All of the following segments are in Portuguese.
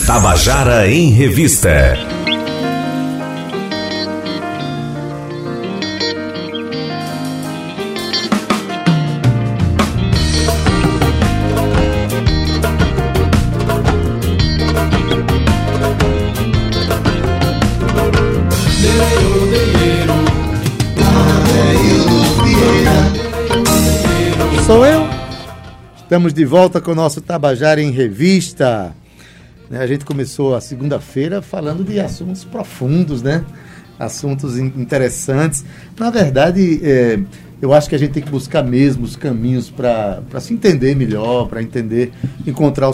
Tabajara em Revista. Sou eu. Estamos de volta com o nosso Tabajara em Revista. A gente começou a segunda-feira falando de assuntos profundos, né? Assuntos interessantes. Na verdade, eu acho que a gente tem que buscar mesmo os caminhos para se entender melhor, para encontrar o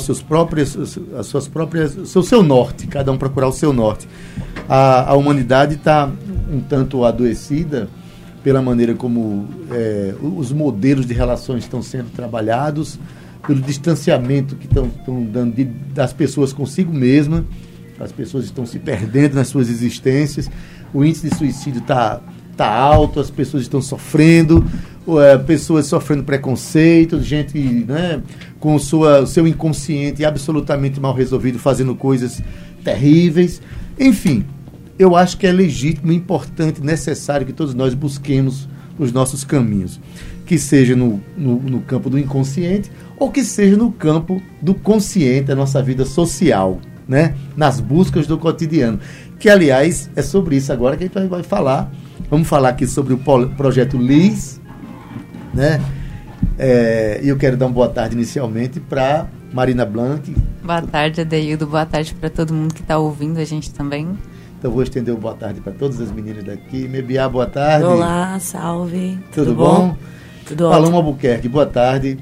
seu norte, cada um procurar o seu norte. A humanidade está um tanto adoecida pela maneira como os modelos de relações estão sendo trabalhados, pelo distanciamento que estão dando das pessoas consigo mesma. As pessoas estão se perdendo nas suas existências, o índice de suicídio está alto, as pessoas estão sofrendo, pessoas sofrendo preconceito, gente, né, com o seu inconsciente absolutamente mal resolvido, fazendo coisas terríveis. Enfim, eu acho que é legítimo, importante, necessário que todos nós busquemos os nossos caminhos, que seja no campo do inconsciente ou que seja no campo do consciente, da nossa vida social, né? Nas buscas do cotidiano, que aliás é sobre isso agora que a gente vai falar. Vamos falar aqui sobre o projeto LIS, né? E eu quero dar uma boa tarde inicialmente para Marina Blanc. Boa tarde, Adeildo, boa tarde para todo mundo que está ouvindo a gente também. Então vou estender o boa tarde para todas as meninas daqui. Mebiá, boa tarde. Olá, salve. Tudo bom? Tudo Paloma ótimo. Albuquerque, boa tarde.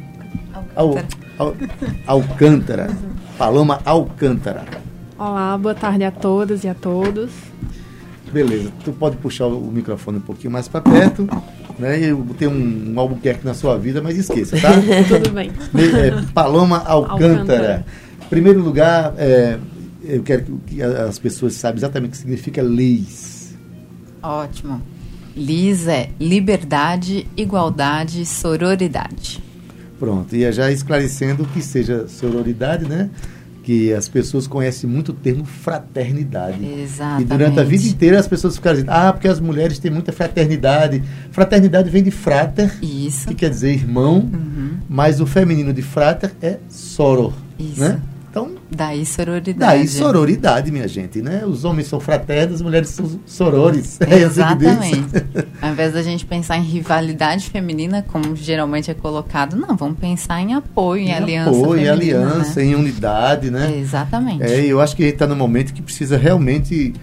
Alcântara. Paloma Alcântara. Olá, boa tarde a todas e a todos. Beleza, tu pode puxar o microfone um pouquinho mais para perto, né? Eu botei um Albuquerque na sua vida, mas esqueça, tá? Tudo bem. Paloma Alcântara. Em primeiro lugar, eu quero que as pessoas saibam exatamente o que significa LIS. Ótimo. LIS é liberdade, igualdade, sororidade. Pronto, e já esclarecendo o que seja sororidade, né? Que as pessoas conhecem muito o termo fraternidade. Exatamente. E durante a vida inteira as pessoas ficaram dizendo, porque as mulheres têm muita fraternidade. Fraternidade vem de frater, Isso. que quer dizer irmão, mas o feminino de frater é soror. Isso. Né? Então, daí sororidade. daí sororidade, minha gente, né? Os homens são fraternos, as mulheres são sorores. Exatamente. Ao invés da gente pensar em rivalidade feminina, como geralmente é colocado, não, vamos pensar em apoio, em aliança apoio, feminina, em aliança, né? em unidade, né? Exatamente. Eu acho que a gente está num momento que precisa realmente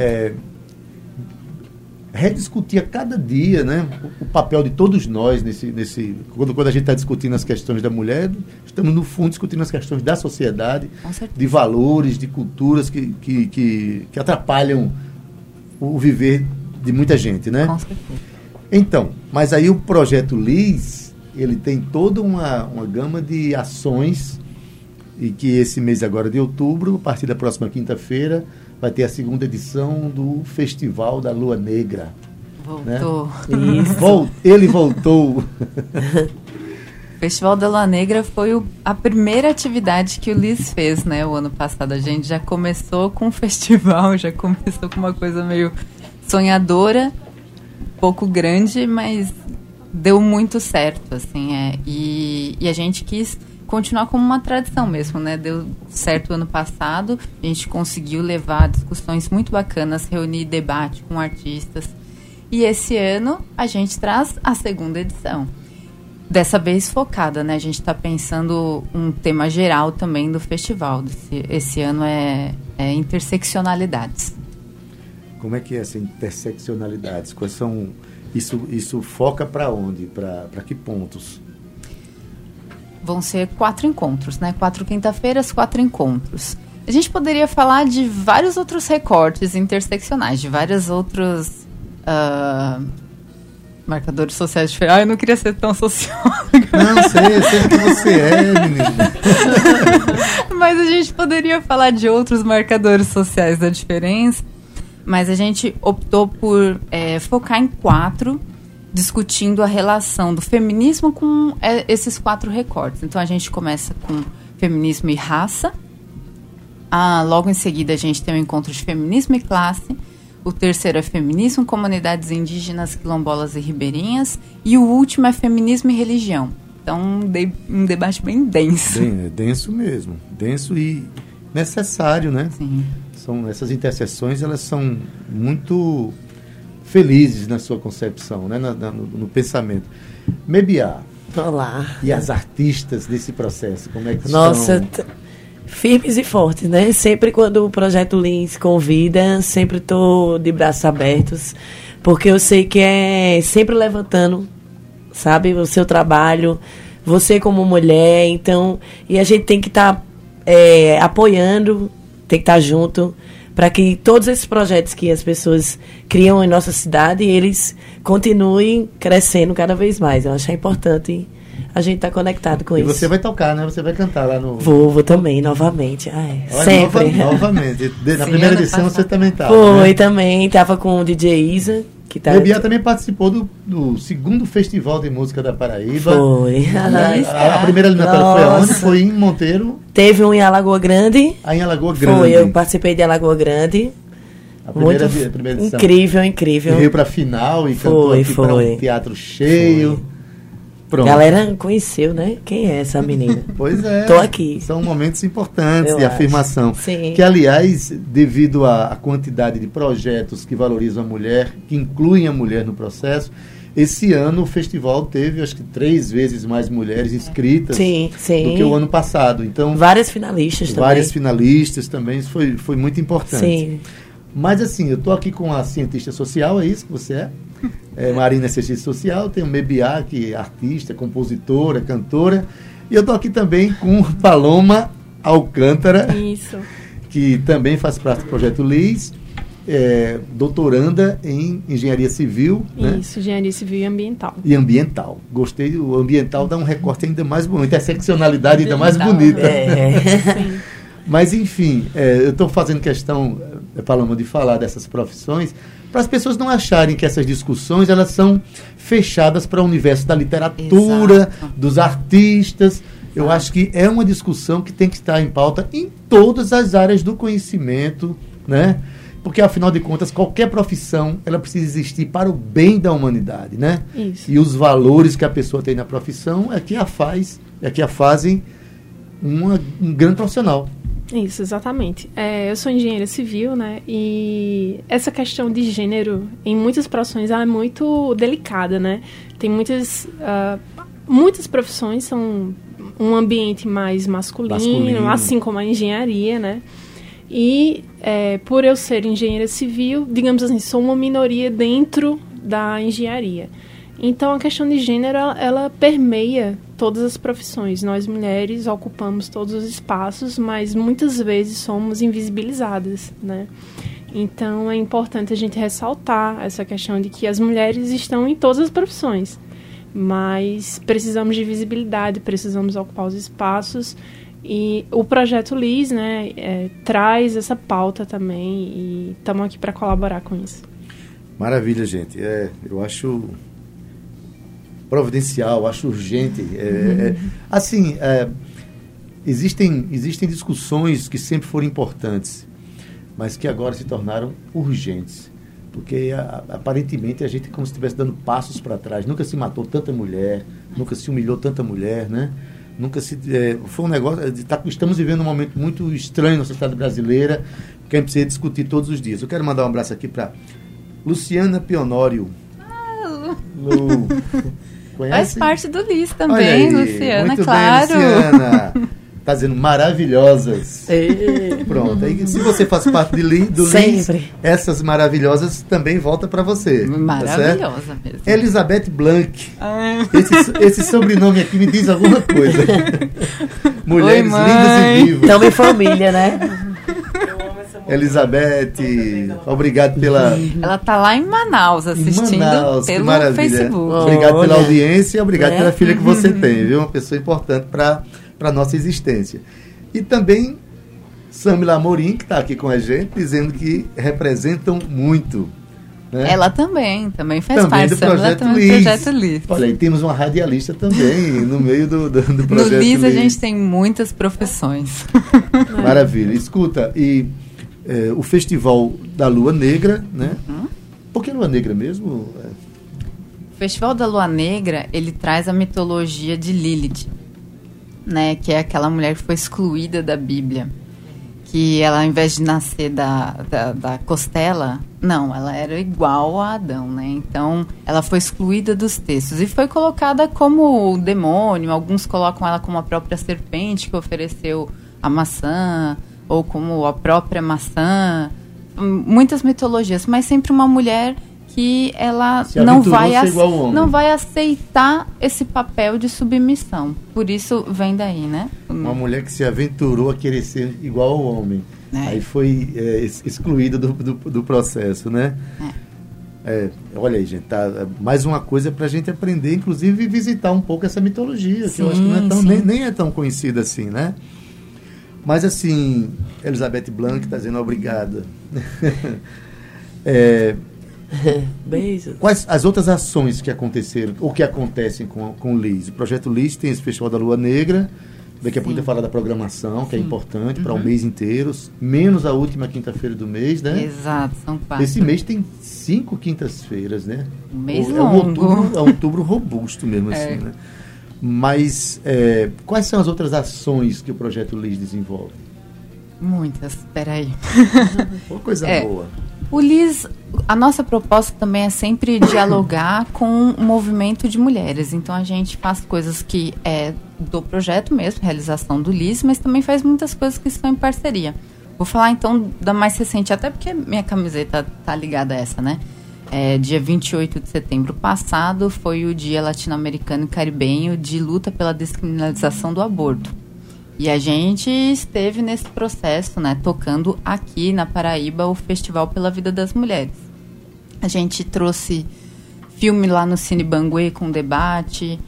rediscutir a cada dia, né, o papel de todos nós quando a gente está discutindo as questões da mulher, estamos no fundo discutindo as questões da sociedade, de valores, de culturas que atrapalham o viver de muita gente, né? Com certeza. Então, mas aí o projeto LIS, ele tem toda uma gama de ações, e que esse mês agora de outubro, a partir da próxima quinta-feira, vai ter a segunda edição do Festival da Lua Negra. Voltou. Né? Ele voltou. O Festival da Lua Negra foi a primeira atividade que o LIS fez, né? O ano passado a gente já começou com o festival, já começou com uma coisa meio sonhadora, pouco grande, mas deu muito certo, assim, e a gente quis continuar como uma tradição mesmo, né? Deu certo o ano passado, a gente conseguiu levar discussões muito bacanas, reunir debate com artistas, e esse ano a gente traz a segunda edição. Dessa vez focada, né? A gente está pensando um tema geral também do festival. Esse ano é interseccionalidades. Como é que é essa interseccionalidades? Quais são... Isso foca para onde? Para que pontos? Vão ser 4 encontros, né? 4 quinta-feiras, 4 encontros. A gente poderia falar de vários outros recortes interseccionais, de vários outros marcadores sociais diferentes. Eu não queria ser tão socióloga. Não, sei que você é, menina. Mas a gente poderia falar de outros marcadores sociais da diferença. Mas a gente optou por focar em 4, discutindo a relação do feminismo com esses 4 recortes. Então a gente começa com feminismo e raça, Logo em seguida a gente tem o encontro de feminismo e classe. O terceiro é feminismo, comunidades indígenas, quilombolas e ribeirinhas. E o último é feminismo e religião. Então, um debate bem denso. É denso mesmo. Denso e necessário, né? Sim. Essas interseções, elas são muito felizes na sua concepção, né? No pensamento. Mebiá. Olá. E as artistas desse processo, como é que Nossa, estão? Firmes e fortes, né? Sempre quando o Projeto Lins convida, sempre estou de braços abertos, porque eu sei que é sempre levantando, sabe, o seu trabalho, você como mulher, então, e a gente tem que estar apoiando, tem que estar junto, para que todos esses projetos que as pessoas criam em nossa cidade, eles continuem crescendo cada vez mais. Eu acho importante a gente estar conectado com isso. E você vai tocar, né? Você vai cantar lá no... Vou também, novamente. Ai, olha, sempre. Novamente. Na Sim, primeira edição passado. você também estava. Foi né? também, estava com o DJ Isa, que tá... Mebiá também participou do segundo Festival de Música da Paraíba. Foi. A primeira eliminatória foi aonde? Nossa. Foi em Monteiro, Teve um em Alagoa Grande. aí em Alagoa Grande. Foi, eu participei de Alagoa Grande. a primeira edição. Incrível. E veio pra final e cantou aqui para um teatro cheio. Pronto. Galera conheceu, né? Quem é essa menina? Pois é. Tô aqui. São momentos importantes Eu de acho. afirmação. Sim. Que, aliás, devido à quantidade de projetos que valorizam a mulher, que incluem a mulher no processo, esse ano o festival teve, acho que 3 vezes mais mulheres inscritas Sim. do que o ano passado. Então, Várias finalistas também. várias finalistas também, isso foi muito importante. Sim. Mas assim, eu estou aqui com a cientista social, é isso que você é? Marina é cientista social, tem o Mebiá, que é artista, compositora, cantora, e eu estou aqui também com Paloma Alcântara, Isso. que também faz parte do Projeto Liz, doutoranda em Engenharia Civil, né? Isso, engenharia civil e ambiental. E ambiental. Gostei, o ambiental dá um recorte ainda mais bonito, interseccionalidade ainda mais Ambiental, bonita. Sim. Mas, enfim, eu estou fazendo questão, Paloma, de falar dessas profissões, para as pessoas não acharem que essas discussões elas são fechadas para o universo da literatura, Exato. dos artistas. Eu acho que é uma discussão que tem que estar em pauta em todas as áreas do conhecimento, né? Porque, afinal de contas, qualquer profissão ela precisa existir para o bem da humanidade, né? Isso. E os valores que a pessoa tem na profissão é que a fazem um grande profissional. Isso, exatamente. Eu sou engenheira civil, né? E essa questão de gênero em muitas profissões ela é muito delicada, né? Tem muitas profissões são um ambiente mais masculino, assim como a engenharia, né? E por eu ser engenheira civil, digamos assim, sou uma minoria dentro da engenharia. Então, a questão de gênero, ela permeia todas as profissões. Nós, mulheres, ocupamos todos os espaços, mas muitas vezes somos invisibilizadas, né? Então, é importante a gente ressaltar essa questão de que as mulheres estão em todas as profissões, mas precisamos de visibilidade, precisamos ocupar os espaços. E o Projeto Liz, né, traz essa pauta também e estamos aqui para colaborar com isso. Maravilha, gente. Eu acho providencial, acho urgente. Existem discussões que sempre foram importantes, mas que agora se tornaram urgentes. Porque, aparentemente, a gente é como se estivesse dando passos para trás. Nunca se matou tanta mulher, nunca se humilhou tanta mulher, né? Nunca se... foi um negócio... estamos vivendo um momento muito estranho na sociedade brasileira, que a gente precisa discutir todos os dias. Eu quero mandar um abraço aqui para Luciana Pionório. Lu. Faz parte do Liz Olha também, aí, Luciana, muito claro. bem, Luciana. Tá dizendo maravilhosas. Pronto. Aí, se você faz parte do Liz, Sempre. essas maravilhosas também voltam para você. Maravilhosa tá mesmo. Elizabeth Blanc. Esse sobrenome aqui me diz alguma coisa. Mulheres Oi, lindas e vivas. Estamos em família, né? Elizabeth, obrigado pela... Ela tá lá em Manaus assistindo Manaus, que pelo maravilha. Facebook. Obrigado pela Olha. audiência e obrigado É. pela filha que você tem, viu? Uma pessoa importante para a nossa existência. E também Samila Amorim, que está aqui com a gente, dizendo que representam muito. Né? Ela também faz Também parte do Projeto também Liz. do Projeto Liz. Olha, aí temos uma radialista também no meio do Projeto No Liz a Liz. gente tem muitas profissões. Maravilha. Escuta, e o Festival da Lua Negra, né? Por que Lua Negra mesmo? O Festival da Lua Negra, ele traz a mitologia de Lilith, né? Que é aquela mulher que foi excluída da Bíblia. Que ela, ao invés de nascer da costela, não, ela era igual a Adão, né? Então, ela foi excluída dos textos e foi colocada como demônio. Alguns colocam ela como a própria serpente que ofereceu a maçã, ou como a própria maçã. Muitas mitologias, mas sempre uma mulher que ela não vai aceitar esse papel de submissão. Por isso vem daí, né? Uma mulher que se aventurou a querer ser igual ao homem. Aí foi excluída do processo, né? Olha aí, gente, tá, mais uma coisa para a gente aprender, inclusive visitar um pouco essa mitologia, que eu acho que não é tão, nem é tão conhecida assim, né? Mas assim, Elizabeth Blanc está dizendo obrigada. Beijos. Quais as outras ações que aconteceram, ou que acontecem com o Liz? O Projeto Liz tem esse Festival da Lua Negra, daqui a pouco a gente vai falar da programação, que é importante para o mês inteiro, menos a última quinta-feira do mês, né? Exato, são 4. Esse mês tem 5 quintas-feiras, né? Um mês longo. É um outubro robusto mesmo, assim, né? Mas quais são as outras ações que o Projeto Liz desenvolve? Muitas, peraí. Uma coisa boa. O Liz, a nossa proposta também é sempre dialogar com o movimento de mulheres. Então a gente faz coisas que é do projeto mesmo, realização do Liz, mas também faz muitas coisas que estão em parceria. Vou falar então da mais recente, até porque minha camiseta tá ligada a essa, né? Dia 28 de setembro passado foi o Dia Latino-Americano e Caribenho de luta pela descriminalização do aborto. E a gente esteve nesse processo, né, tocando aqui na Paraíba o Festival pela Vida das Mulheres. A gente trouxe filme lá no Cine Banguê com debate.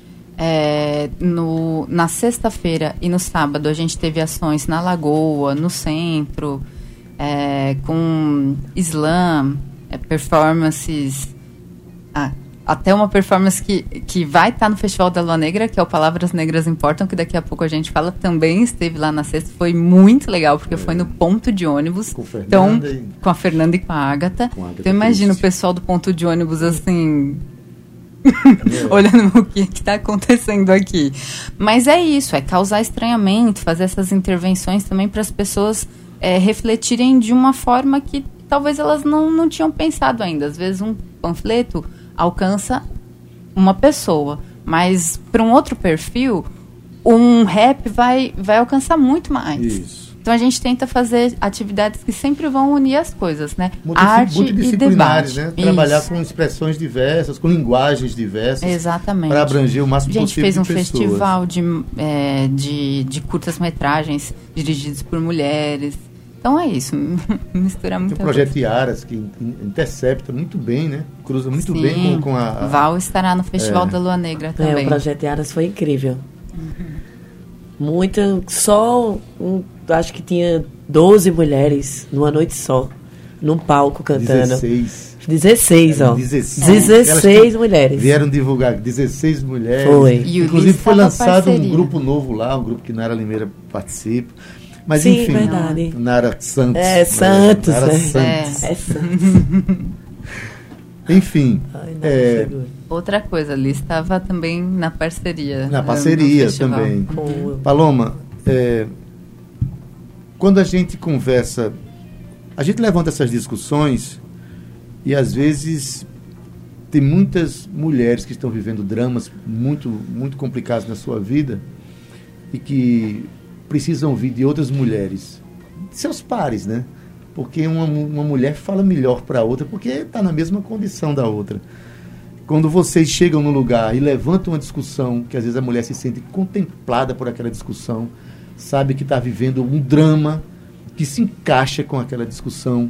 Na sexta-feira e no sábado a gente teve ações na Lagoa, no centro, com slam, performances... até uma performance que vai estar no Festival da Lua Negra, que é o Palavras Negras Importam, que daqui a pouco a gente fala, também esteve lá na sexta. Foi muito legal, porque foi no ponto de ônibus. Com a Fernanda e com a Agatha. Então imagina o pessoal do ponto de ônibus assim... olhando o que está acontecendo aqui. Mas é isso, é causar estranhamento, fazer essas intervenções também para as pessoas refletirem de uma forma que talvez elas não tinham pensado ainda. Às vezes um panfleto alcança uma pessoa, mas para um outro perfil, um rap vai alcançar muito mais. Isso. Então a gente tenta fazer atividades que sempre vão unir as coisas, né? Arte e debate. Né? Trabalhar com expressões diversas, com linguagens diversas. Exatamente. Para abranger o máximo possível de pessoas. A gente fez um festival de curtas-metragens dirigidos por mulheres. Então é isso, misturar muito. Tem o Projeto Iaras, que intercepta muito bem, né? Cruza muito bem com a... Val estará no Festival da Lua Negra também. O Projeto Iaras foi incrível. Acho que tinha 12 mulheres numa noite só, num palco cantando. 16 mulheres. Vieram divulgar 16 mulheres. Foi. Inclusive foi lançado um grupo novo lá, um grupo que Nara Limeira participa. Mas sim, enfim, verdade. Nara Santos. Santos. Nara Santos. Enfim. Outra coisa, ali estava também na parceria. Na parceria também. Paloma, quando a gente conversa, a gente levanta essas discussões e às vezes tem muitas mulheres que estão vivendo dramas muito, muito complicados na sua vida e que precisam ouvir de outras mulheres, de seus pares, né? Porque uma mulher fala melhor para a outra porque está na mesma condição da outra. Quando vocês chegam no lugar e levantam uma discussão, que às vezes a mulher se sente contemplada por aquela discussão, sabe que está vivendo um drama que se encaixa com aquela discussão,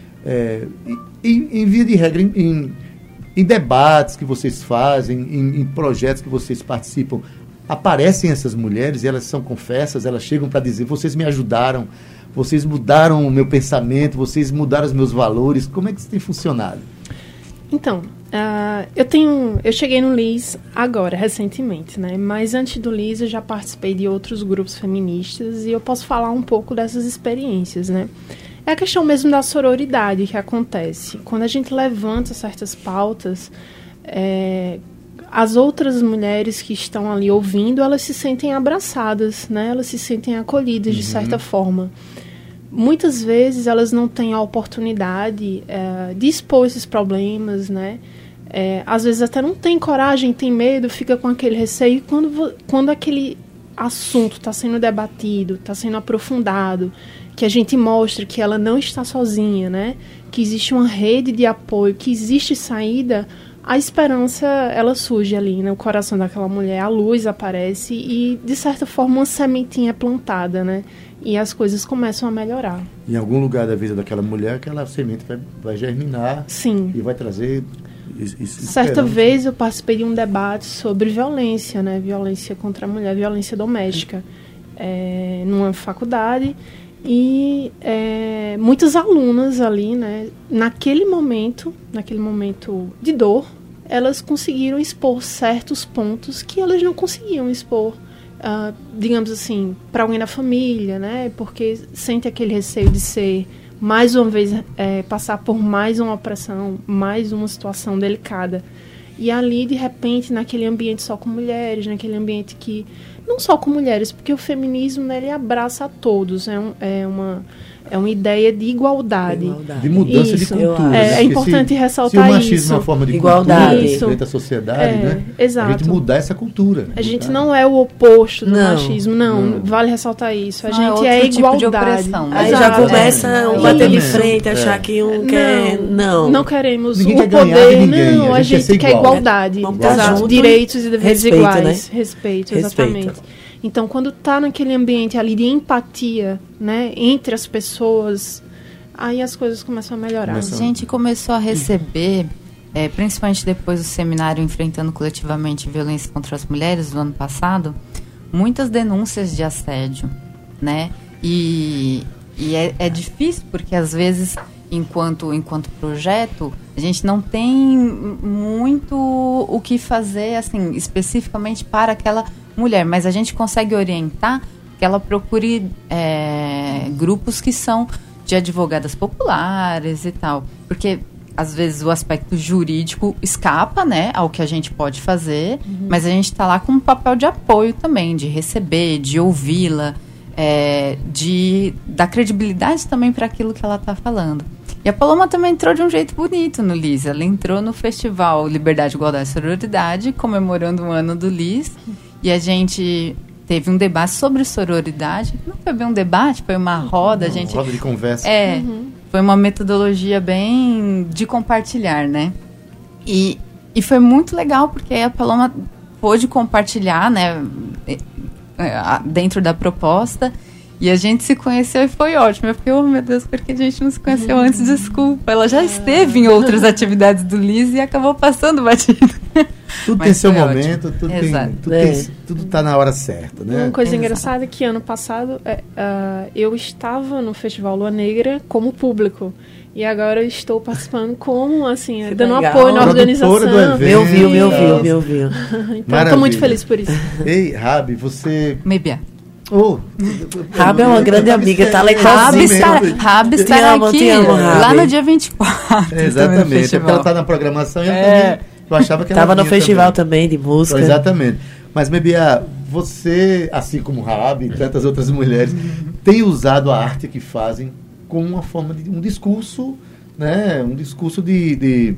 em via de regra, em debates que vocês fazem, em projetos que vocês participam, aparecem essas mulheres e elas são confessas, elas chegam para dizer: vocês me ajudaram, vocês mudaram o meu pensamento, vocês mudaram os meus valores. Como é que isso tem funcionado? Então, eu cheguei no LIS agora, recentemente, né? Mas antes do LIS eu já participei de outros grupos feministas e eu posso falar um pouco dessas experiências, né? É a questão mesmo da sororidade que acontece. Quando a gente levanta certas pautas, as outras mulheres que estão ali ouvindo, elas se sentem abraçadas, né? Elas se sentem acolhidas de certa forma. Muitas vezes elas não têm a oportunidade de expor esses problemas, né? Às vezes até não tem coragem, tem medo, fica com aquele receio. E quando aquele assunto está sendo debatido, está sendo aprofundado, que a gente mostra que ela não está sozinha, né? Que existe uma rede de apoio, que existe saída, a esperança, ela surge ali, né? O coração daquela mulher, a luz aparece e, de certa forma, uma sementinha é plantada, né? E as coisas começam a melhorar. Em algum lugar da vida daquela mulher, aquela semente vai germinar. Sim. E vai trazer... Certa vez eu participei de um debate sobre violência, né? Violência contra a mulher, violência doméstica, numa faculdade. E muitas alunas ali, né? Naquele momento de dor, elas conseguiram expor certos pontos que elas não conseguiam expor. Digamos assim, para alguém da família, né? Porque sente aquele receio de ser, mais uma vez, passar por mais uma opressão, mais uma situação delicada. E ali, de repente, naquele ambiente só com mulheres, naquele ambiente que... Não só com mulheres, porque o feminismo, né, ele abraça a todos. É uma ideia de igualdade. De mudança de cultura. É importante ressaltar isso. Se o machismo é uma forma de igualdade dentro da sociedade, né? Exato. A gente mudar essa cultura. A gente não é o oposto do machismo, não. Vale ressaltar isso. A gente é igualdade. Tipo de opressão, né? Aí já começa um bater de frente, achar que um quer... Não queremos ninguém o quer ganhar poder, de ninguém. não. A gente quer igualdade. Exato. Direitos e deveres iguais. Né? Respeito, exatamente. Então, quando está naquele ambiente ali de empatia, né, entre as pessoas, aí as coisas começam a melhorar. A gente começou a receber, principalmente depois do seminário Enfrentando Coletivamente Violência contra as Mulheres, do ano passado, muitas denúncias de assédio, né? E é difícil, porque às vezes, enquanto projeto, a gente não tem muito o que fazer, assim, especificamente para aquela mulher, mas a gente consegue orientar que ela procure grupos que são de advogadas populares e tal, porque às vezes o aspecto jurídico escapa, né, ao que a gente pode fazer, mas a gente está lá com um papel de apoio também, de receber, de ouvi-la, de dar credibilidade também para aquilo que ela está falando. E a Paloma também entrou de um jeito bonito no LIS. Ela entrou no Festival Liberdade, Igualdade e Sororidade, comemorando o ano do LIS. E a gente teve um debate sobre sororidade. Não foi bem um debate, foi uma roda. Roda de conversa. Foi uma metodologia bem de compartilhar, né? E foi muito legal, porque a Paloma pôde compartilhar, né, dentro da proposta. E a gente se conheceu e foi ótimo. Eu fiquei, oh meu Deus, porque a gente não se conheceu antes? Desculpa. Ela já esteve em outras atividades do LIS e acabou passando batido. Tudo tem seu momento, tudo está na hora certa, né? Uma coisa engraçada é que ano passado eu estava no Festival Lua Negra como público. E agora eu estou participando como, assim, dando apoio na organização. Me ouviu. Então, estou muito feliz por isso. Ei, Rabi, você... Rabi é uma grande amiga, talentosíssima. Rabi estará aqui lá no dia 24. Exatamente, porque ela está na programação e eu achava que ela estava no festival também de música. Exatamente. Mas, Mebia, você, assim como Rabi e tantas outras mulheres, tem usado a arte que fazem como uma forma de um discurso, né? Um discurso de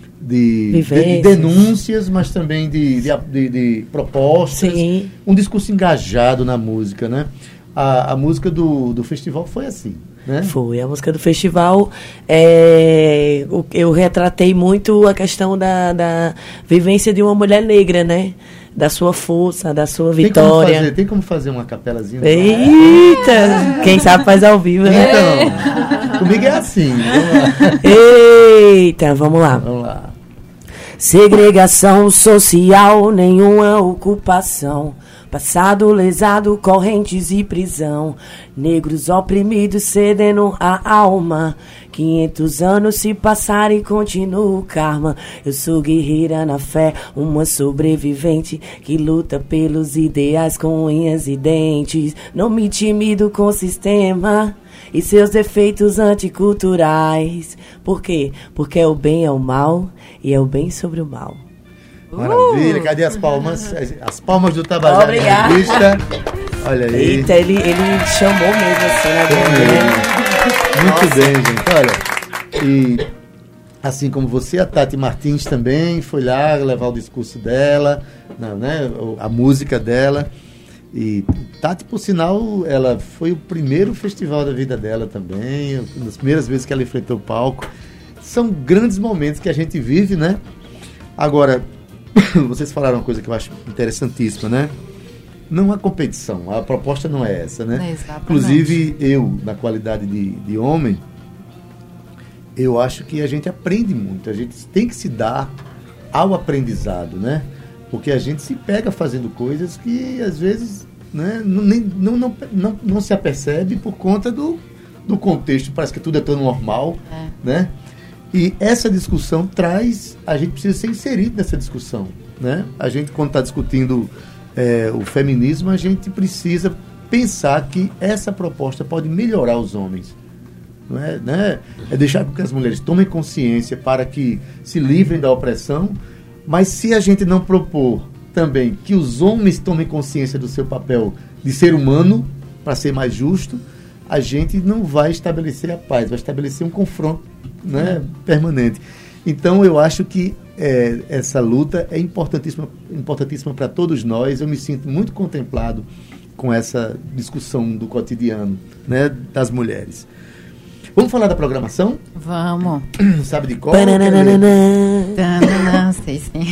denúncias, mas também de propostas. Sim. Um discurso engajado na música, né? A música do festival foi assim, né? Foi, a música do festival, eu retratei muito a questão da vivência de uma mulher negra, né? Da sua força, da sua vitória. Tem como fazer uma capelazinha? Eita! Quem sabe faz ao vivo, né? Então, comigo é assim. Eita, vamos lá. Segregação social, nenhuma ocupação. Passado lesado, correntes e prisão, negros oprimidos cedendo a alma. 500 anos se passaram e continua o karma. Eu sou guerreira na fé, uma sobrevivente que luta pelos ideais com unhas e dentes. Não me intimido com o sistema e seus defeitos anticulturais. Por quê? Porque é o bem é o mal e é o bem sobre o mal. Maravilha, cadê as palmas? As palmas do Tabajara em Revista. Olha aí. Eita, ele chamou mesmo assim, né? Muito bem, gente. Olha, e assim como você, a Tati Martins também foi lá levar o discurso dela, né, a música dela. E Tati, por sinal, ela foi o primeiro festival da vida dela também, uma das primeiras vezes que ela enfrentou o palco. São grandes momentos que a gente vive, né? Agora, vocês falaram uma coisa que eu acho interessantíssima, né? Não há competição, a proposta não é essa, né? Exatamente. Inclusive, eu, na qualidade de homem, eu acho que a gente aprende muito, a gente tem que se dar ao aprendizado, né? Porque a gente se pega fazendo coisas que, às vezes, né, não se apercebe por conta do contexto, parece que tudo é tão normal, né? E essa discussão a gente precisa ser inserido nessa discussão, né? A gente, quando está discutindo o feminismo, a gente precisa pensar que essa proposta pode melhorar os homens. Não é, né? É deixar que as mulheres tomem consciência para que se livrem da opressão, mas se a gente não propor também que os homens tomem consciência do seu papel de ser humano, para ser mais justo, a gente não vai estabelecer a paz, vai estabelecer um confronto, né, permanente. Então eu acho que essa luta é importantíssima para todos nós. Eu me sinto muito contemplado com essa discussão do cotidiano, né, das mulheres. Vamos falar da programação? Vamos. Sabe de qual? Sei sim.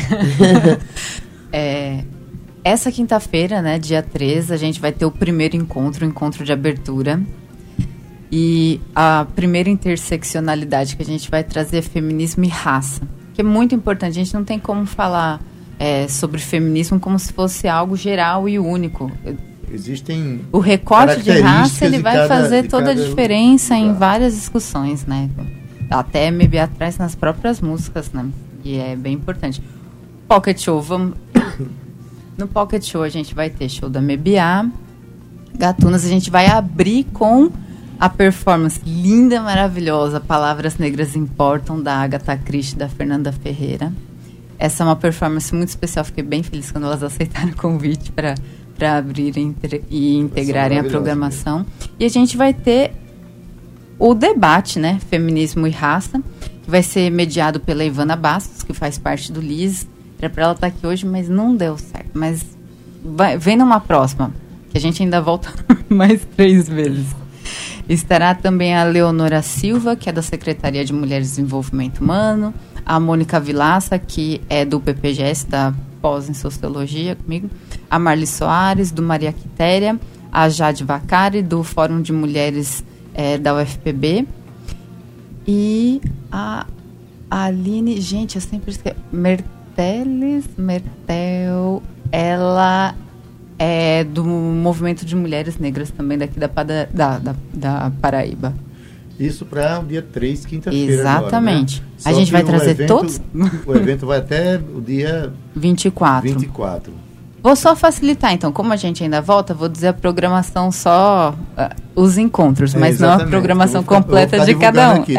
Essa quinta-feira, né, dia 3, a gente vai ter o primeiro encontro, o encontro de abertura. E a primeira interseccionalidade que a gente vai trazer é feminismo e raça, que é muito importante. A gente não tem como falar sobre feminismo como se fosse algo geral e único. Existem o recorte de raça, ele vai fazer toda a diferença em várias discussões, né? Até MBA traz nas próprias músicas, né? E é bem importante. Pocket Show, no Pocket Show a gente vai ter show da MBA, Gatunas, a gente vai abrir com a performance linda, maravilhosa, Palavras Negras Importam, da Agatha Christie e da Fernanda Ferreira. Essa é uma performance muito especial, fiquei bem feliz quando elas aceitaram o convite para abrirem e integrarem a programação. E a gente vai ter o debate, né, Feminismo e Raça, que vai ser mediado pela Ivana Bastos, que faz parte do LIS. Era para ela estar aqui hoje, mas não deu certo. Mas vem numa próxima, que a gente ainda volta mais 3 vezes. Estará também a Leonora Silva, que é da Secretaria de Mulheres e Desenvolvimento Humano, a Mônica Vilaça, que é do PPGS, da pós em Sociologia comigo, a Marli Soares, do Maria Quitéria, a Jade Vacari, do Fórum de Mulheres da UFPB, e a Aline, gente, eu sempre esqueço, Mertel, ela é do Movimento de Mulheres Negras também, daqui da Paraíba. Isso para o dia 3, quinta-feira. Exatamente. Agora, né? A gente vai trazer todos. O evento vai até o dia 24. Vou só facilitar, então. Como a gente ainda volta, vou dizer a programação só, os encontros, mas não a programação completa de cada um.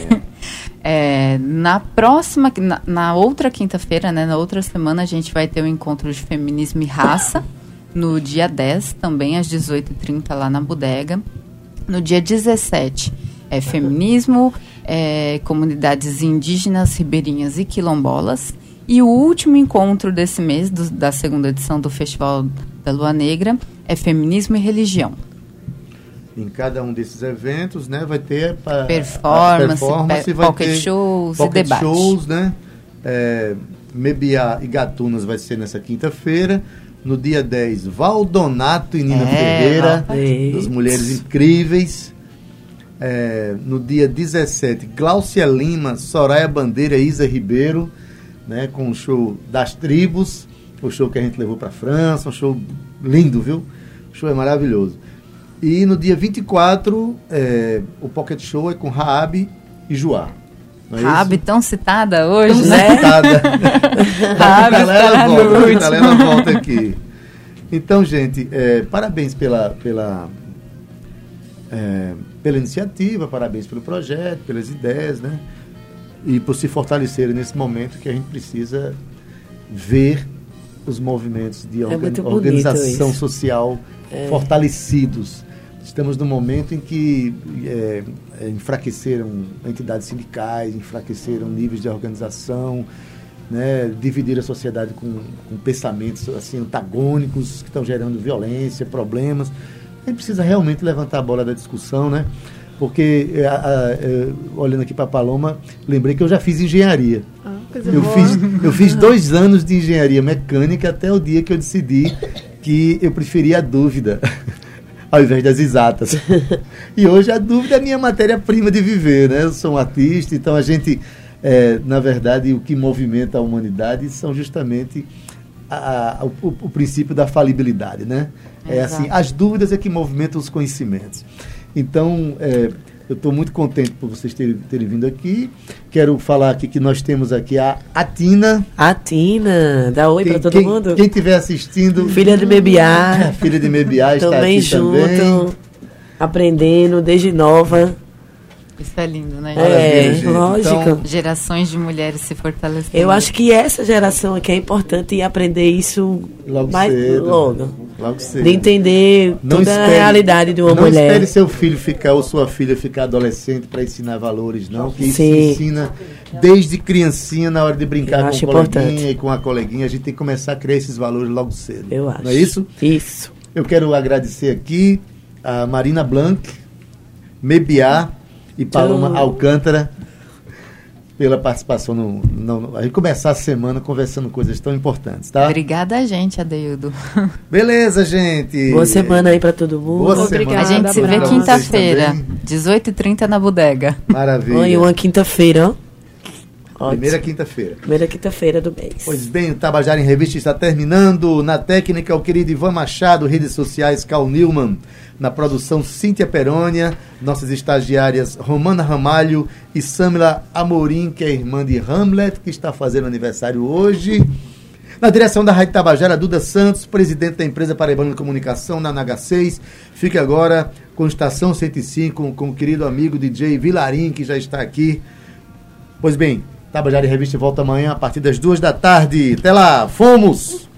Na próxima, na outra quinta-feira, né, na outra semana, a gente vai ter o encontro de Feminismo e Raça, no dia 10, também às 18h30, lá na bodega. No dia 17, feminismo, comunidades indígenas, ribeirinhas e quilombolas. E o último encontro desse mês, da segunda edição do Festival da Lua Negra, é feminismo e religião. Em cada um desses eventos, né, vai ter performance, vai pocket ter shows e debate. Shows, né? Mebiá e Gatunas vai ser nessa quinta-feira. No dia 10, Valdonato e Nina Ferreira, das Mulheres Incríveis. No dia 17, Gláucia Lima, Soraya Bandeira e Isa Ribeiro, né, com o show das tribos. o show que a gente levou para a França, um show lindo, viu? O show é maravilhoso. E no dia 24, o Pocket Show é com Raab e Joá. Raab tão citada hoje, tão né? Citada. Raab ela volta aqui. Então, gente, parabéns pela iniciativa, parabéns pelo projeto, pelas ideias, né? E por se fortalecerem nesse momento que a gente precisa ver os movimentos de organização social fortalecidos. Estamos num momento em que enfraqueceram entidades sindicais, enfraqueceram níveis de organização, né, dividir a sociedade com pensamentos assim, antagônicos que estão gerando violência, problemas. A gente precisa realmente levantar a bola da discussão, né? Porque, olhando aqui para a Paloma, lembrei que eu já fiz engenharia. Eu fiz 2 anos de engenharia mecânica até o dia que eu decidi que eu preferia a dúvida ao invés das exatas. E hoje a dúvida é a minha matéria-prima de viver, né? Eu sou um artista, então a gente, na verdade, o que movimenta a humanidade são justamente o princípio da falibilidade, né? Assim, as dúvidas é que movimentam os conhecimentos. Então, eu estou muito contente por vocês terem vindo aqui. Quero falar aqui que nós temos aqui a Tina. A Tina, dá oi para todo mundo. Quem estiver assistindo. Filha de Mebiá. Filha de Mebiá está também aqui junto, também. Aprendendo, desde nova. Isso é lindo, né? Lógico. Então, gerações de mulheres se fortalecendo. Eu acho que essa geração aqui é importante aprender isso logo cedo. De entender toda a realidade de uma mulher. Não espere seu filho ficar ou sua filha ficar adolescente para ensinar valores, não. Que isso se ensina desde criancinha, na hora de brincar com o coleguinha e com a coleguinha. A gente tem que começar a criar esses valores logo cedo. Eu acho. Não é isso? Isso. Eu quero agradecer aqui a Marina Blanc, Mebiá e Paloma Alcântara pela participação a gente começar a semana conversando coisas tão importantes, tá? Obrigada a gente, Adeildo. Beleza, gente. Boa semana aí pra todo mundo. Boa Obrigada. A gente se vê quinta-feira, 18h30 na bodega. Maravilha. Oi, uma quinta-feira, ó. Primeira quinta-feira. Primeira quinta-feira do mês. Pois bem, o Tabajara em Revista está terminando. Na técnica, o querido Ivan Machado, redes sociais, Carl Newman. Na produção, Cíntia Perônia, nossas estagiárias Romana Ramalho e Samila Amorim, que é irmã de Hamlet, que está fazendo aniversário hoje. Na direção da Rádio Tabajara, Duda Santos, presidente da empresa Paraibana de Comunicação, na NH6. Fique agora com Estação 105, com o querido amigo DJ Vilarim, que já está aqui. Pois bem, Tabajara em Revista volta amanhã a partir das 2 da tarde. Até lá, fomos!